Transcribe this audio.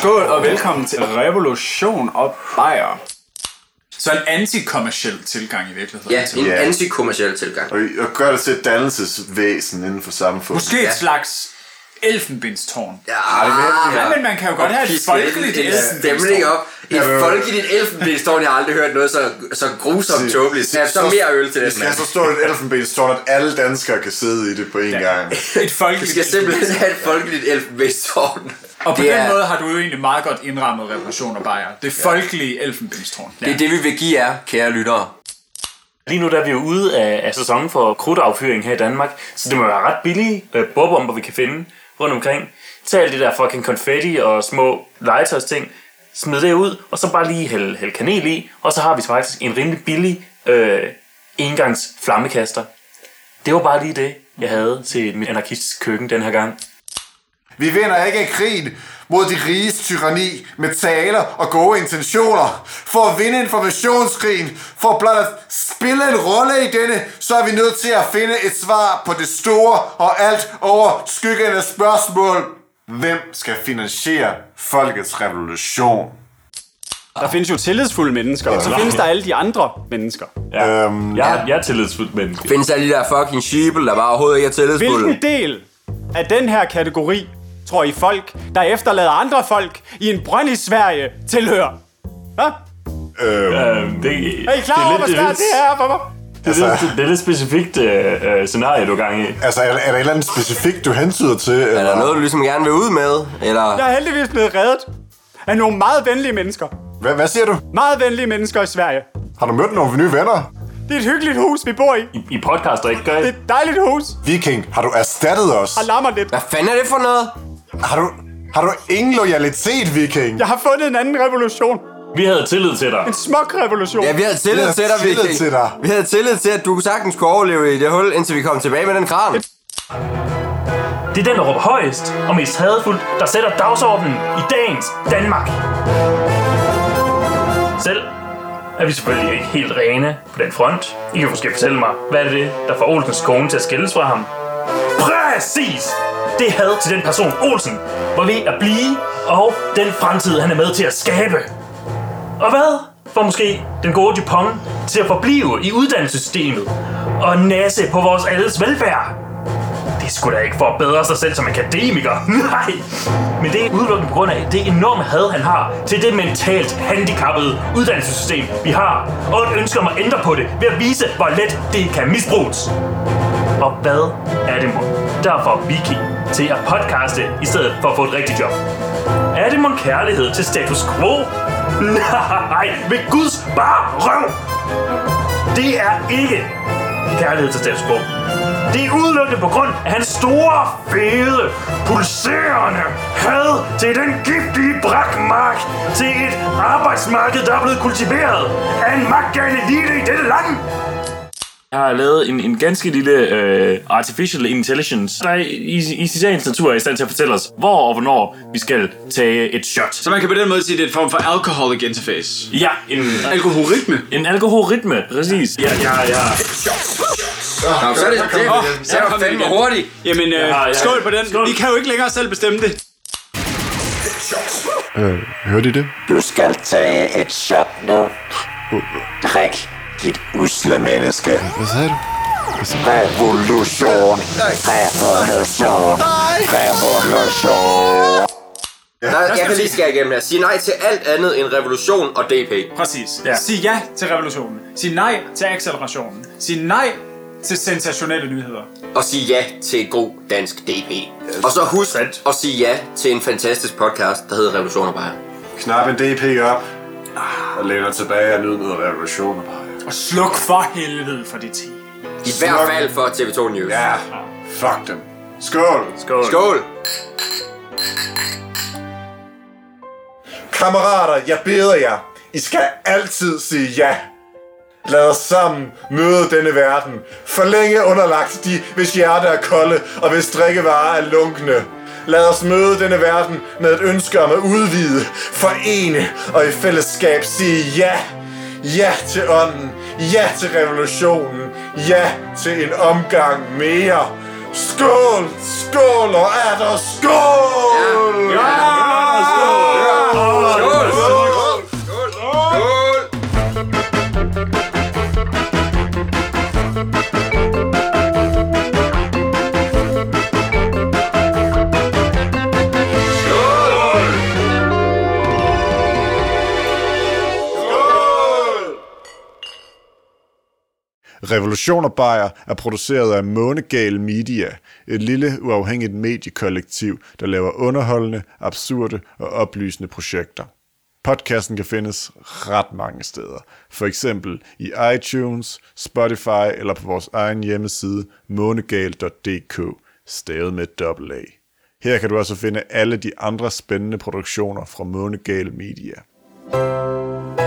Skål og velkommen til Revolution og Bajer. Så en antikommerciel tilgang i virkeligheden. Ja, en antikommerciel tilgang. Og gør det til et dannelsesvæsen inden for samfundet. Måske et slags elfenbenstårn. Ja, men man kan jo godt have et folkeligt elfenbenstårn. Et folkeligt elfenbenstårn, jeg har aldrig hørt noget så grusomt tåbeligt. Så mere øl til det. Det skal så stå et elfenbenstårn, at alle danskere kan sidde i det på en gang. Et folkeligt. Vi skal simpelthen have et folkeligt elfenbenstårn. Og på den måde har du jo egentlig meget godt indrammet Revolution og Bajer. Det folkelige elfenbenstårn. Det er det, vi vil give jer, kære lyttere. Lige nu der er vi jo ude af sæsonen for krudtaffyring her i Danmark, så det må være ret billige bordbomber, vi kan finde rundt omkring. Tag alt det der fucking konfetti og små legetøjsting, smid det ud, og så bare lige hælde kanel i, og så har vi faktisk en rimelig billig engangs flammekaster. Det var bare lige det, jeg havde til mit anarkistiske køkken den her gang. Vi vinder ikke krigen mod de riges tyranni med taler og gode intentioner. For at vinde informationskrigen, for blot at spille en rolle i denne, så er vi nødt til at finde et svar på det store og alt over skyggende spørgsmål. Hvem skal finansiere folkets revolution? Der findes jo tillidsfulde mennesker, så findes der alle de andre mennesker. Jeg er tillidsfuldt menneske. Findes alle de der fucking sheeple, der bare overhovedet ikke er tillidsfulde. Hvilken del af den her kategori tror I folk, der efterlader andre folk i en brønd i Sverige, tilhører? Hvad? Er I klar over, hvor svært det er for mig? Det er lidt specifikt scenarie, du er gang i. Altså, er der et eller andet specifikt, du hentyder til? Eller? Er der noget, du ligesom gerne vil ud med? Eller? Jeg er heldigvis blevet reddet af nogle meget venlige mennesker. Hvad siger du? Meget venlige mennesker i Sverige. Har du mødt nogle nye venner? Det er et hyggeligt hus, vi bor i. I podcaster, ikke? Gør I? Det er et dejligt hus. Viking, har du erstattet os? Og lammer lidt. Hvad fanden er det for noget? Har du ingen loyalitet, Viking? Jeg har fundet en anden revolution. Vi havde tillid til dig. En smuk revolution. Ja, vi havde tillid til dig, Viking. Vi havde tillid til, at du sagtens kunne overleve i det hul, indtil vi kom tilbage med den kran. Det er den, der råber højest og mest hadefuldt, der sætter dagsordenen i dagens Danmark. Selv er vi selvfølgelig ikke helt rene på den front. I kan måske fortælle mig, hvad er det, der får Olsens kone til at skilles fra ham? Præcis! Det had til den person Olsen var ved at blive, og den fremtid, han er med til at skabe. Og hvad får måske den gode Dupont til at forblive i uddannelsessystemet og nasse på vores alles velfærd? Det skulle da ikke for at bedre sig selv som akademiker. Nej, men det er udelukkende på grund af det enorme had, han har til det mentalt handicappede uddannelsessystem, vi har, og et ønske om at ændre på det ved at vise, hvor let det kan misbruges. Og hvad er det mon? Derfor Viking til at podcaste i stedet for at få et rigtigt job. Er det mon kærlighed til status quo? Nej, ved Guds bare røv! Det er ikke kærlighed til status quo. Det er udelukkende på grund af hans store, fede, pulserende had til den giftige brakmark, til et arbejdsmarked, der er blevet kultiveret af en magtgal elite i dette land. Jeg har lavet en ganske lille artificial intelligence, der i sagens natur er i stand til at fortælle os, hvor og hvornår vi skal tage et shot. Så man kan på den måde sige, at det er en form for alcoholic interface. Ja, en algoritme. En algoritme, præcis. Ja. Nå, så er det var fandme hurtigt. Jamen, skål på den. Skål. Vi kan jo ikke længere selv bestemme det. Hørte I det? Du skal tage et shot nu. Drik, dit usle menneske. Hvad sagde du? Revolution. Jeg kan lige skære igennem her. Sig nej til alt andet end revolution og DP. Præcis. Ja. Sig ja til revolutionen. Sig nej til accelerationen. Sig nej til sensationelle nyheder. Og sig ja til et god dansk DP. Og så husk at sige ja til en fantastisk podcast, der hedder Revolution og Bajer. Knap en DP op og læner tilbage og nyder noget revolution og Bajer. Og sluk for helvede for de 10. I hvert fald for TV2 News. Ja, fuck dem. Skål! Skål! Kammerater, jeg beder jer. I skal altid sige ja. Lad os sammen møde denne verden. For længe underlagt de, hvis hjerte er kolde og hvis drikkevarer er lunkne. Lad os møde denne verden med et ønske om at udvide, forene og i fællesskab sige ja. Ja til ånden. Ja til revolutionen. Ja til en omgang mere. Skål! Skål og atter skål! Ja, skål! Revolution og Bajer er produceret af Månegal Media, et lille uafhængigt mediekollektiv, der laver underholdende, absurde og oplysende projekter. Podcasten kan findes ret mange steder, for eksempel i iTunes, Spotify eller på vores egen hjemmeside månegal.dk, stavet med AA. Her kan du også finde alle de andre spændende produktioner fra Månegal Media.